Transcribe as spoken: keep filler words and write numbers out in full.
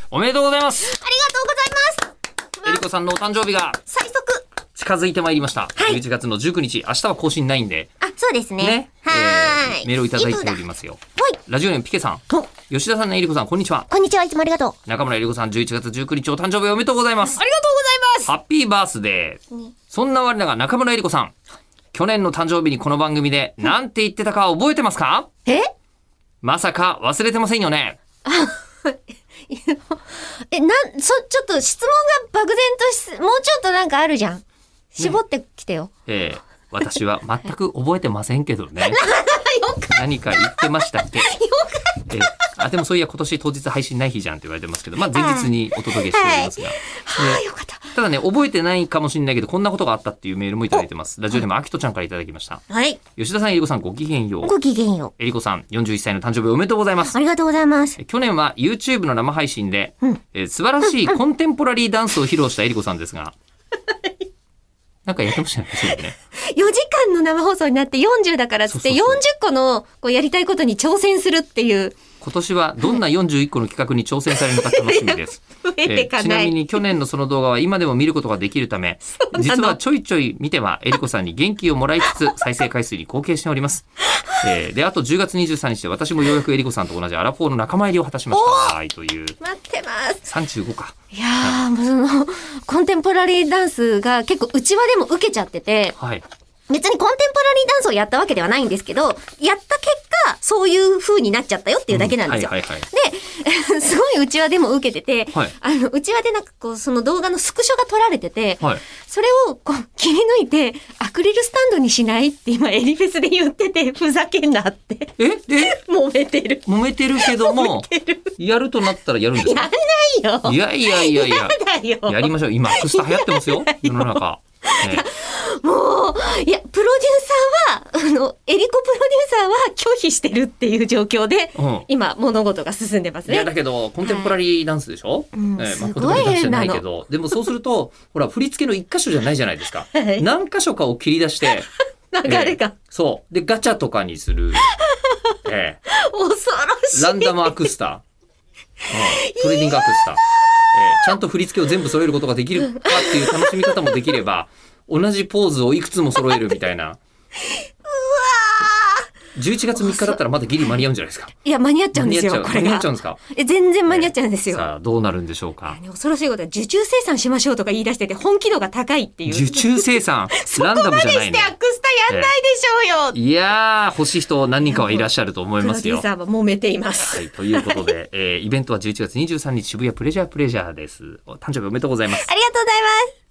おめでとうございます。 ありがとうございます。 えりこさんのお誕生日が最速近づいてまいりました。 はい、 じゅういちがつのじゅうくにち、明日は更新ないんで。 あ、そうですね。 ね。 はーい、 えー、メールをいただいておりますよ。 はい。 ラジオネームピケさん。吉田さん、えりこさん、こんにちは。 こんにちは、いつもありがとう。 中村えりこさん、じゅういちがつじゅうくにちお誕生日おめでとうございます。 ありがとうございます。 ハッピーバースデー。ね、そんな我らが中村えりこさん。去年の誕生日にこの番組で何て言ってたか覚えてますか？ え？ まさか忘れてませんよね。 え、なん、そ、ちょっと質問が漠然とし、もうちょっとなんかあるじゃん。絞ってきてよ。ね、 ええー、私は全く覚えてませんけどね。何か言ってましたっけ？よかった。えー、あ、でもそういや今年当日配信ない日じゃんって言われてますけど、まあ前日にお届けしておりますが。 はいはい、よかった。 ただね、覚えてないかもしれないけど、こんなことがあったっていうメールもいただいてます。ラジオでもあきとちゃんからいただきました。はい。吉田さん、えりこさん、ごきげんよう。 ごきげんよう。 えりこさん、よんじゅういっさいの誕生日おめでとうございます。 ありがとうございます。 去年は YouTube の生配信で、うん、えー、素晴らしいコンテンポラリーダンスを披露したえりこさんですが、なんかやってましたね、そうね。 よじかんの生放送になってよんじゅうだからっつってよんじゅっこのこうやりたいことに挑戦するっていう。 今年はどんなよんじゅういっこの企画に挑戦されるのか楽しみです。えー、ちなみに去年のその動画は今でも見ることができるため、実はちょいちょい見てはえりこさんに元気をもらいつつ再生回数に貢献しております。えー、で、あとじゅうがつにじゅうさんにちで私もようやくえりこさんと同じアラフォーの仲間入りを果たしました。はい、という。 待ってます。 さんじゅうごか。 いやー、もうその、コンテンポラリーダンスが結構うちわでも受けちゃってて、はい。別にコンテンポラリーダンスをやったわけではないんですけど、やった結果、そういう風になっちゃったよっていうだけなんですよ。うん、はいはいはい、で、すごいうちわでも受けてて、はい、あの、うちわでなんかこう、その動画のスクショが撮られてて、はい、それをこう、切り抜いて、アクリルスタンドにしないって今、エリフェスで言ってて、ふざけんなって。 ええ揉めてる。 揉めてるけども、やるとなったらやるんですか？ やんないよ。 いやいやいやいや。 やだよ。 やりましょう。今、アクスタ流行ってますよ。世の中。 ね、もう、いや、プロデューサーは、あの、エリコプロデューサーは拒否してるっていう状況で、うん、今、物事が進んでますね。 いや、だけど、コンテンポラリーダンスでしょ？はい、えー、まあ、すごい変じゃないけど、でもそうすると、ほら、振り付けの一箇所じゃないじゃないですか。はい、何箇所かを切り出して、 流れが、えー。 そう。で、ガチャとかにする。えー、恐ろしい。 ランダムアクスタ。うん、トレーディングアクスタ。えー、ちゃんと振り付けを全部揃えることができるかっていう楽しみ方もできれば、同じポーズをいくつも揃えるみたいな。うわー、じゅういちがつみっかだったらまだギリ間に合うんじゃないですか。 いや、間に合っちゃうんですよ、これが。 間に合っちゃうんですか？ え、全然間に合っちゃうんですよ。 さあ、どうなるんでしょうか。 恐ろしいことは、受注生産しましょうとか言い出してて、本気度が高いっていう。 受注生産ランダムじゃないね。そこまでしてアクスタやんないでしょうよ。 いやー、欲しい人何人かはいらっしゃると思いますよ。 プロデューサーは揉めています。 はい、ということで、えー、イベントはじゅういちがつにじゅうさんにち渋谷プレジャープレジャーです。お誕生日おめでとうございます。 ありがとうございます。